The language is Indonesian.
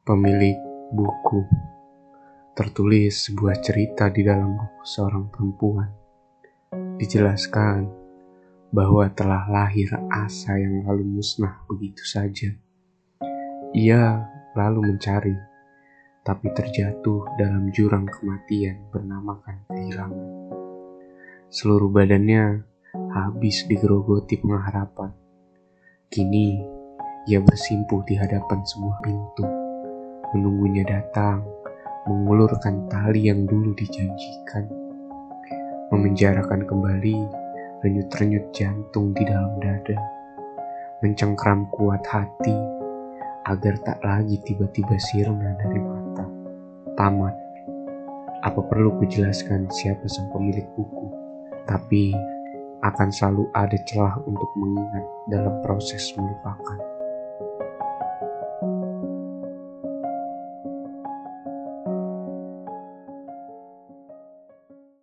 Pemilik buku. Tertulis sebuah cerita di dalam buku seorang perempuan. Dijelaskan bahwa telah lahir asa yang lalu musnah begitu saja. Ia lalu mencari, tapi terjatuh dalam jurang kematian bernamakan kehilangan. Seluruh badannya habis digerogoti pengharapan. Kini ia bersimpuh di hadapan sebuah pintu, menunggunya datang, mengulurkan tali yang dulu dijanjikan, memenjarakan kembali renyut-renyut jantung di dalam dada, mencengkram kuat hati agar tak lagi tiba-tiba sirna dari mata. Tamat. Apa perlu kujelaskan siapa sang pemilik buku? Tapi akan selalu ada celah untuk mengingat dalam proses melupakan.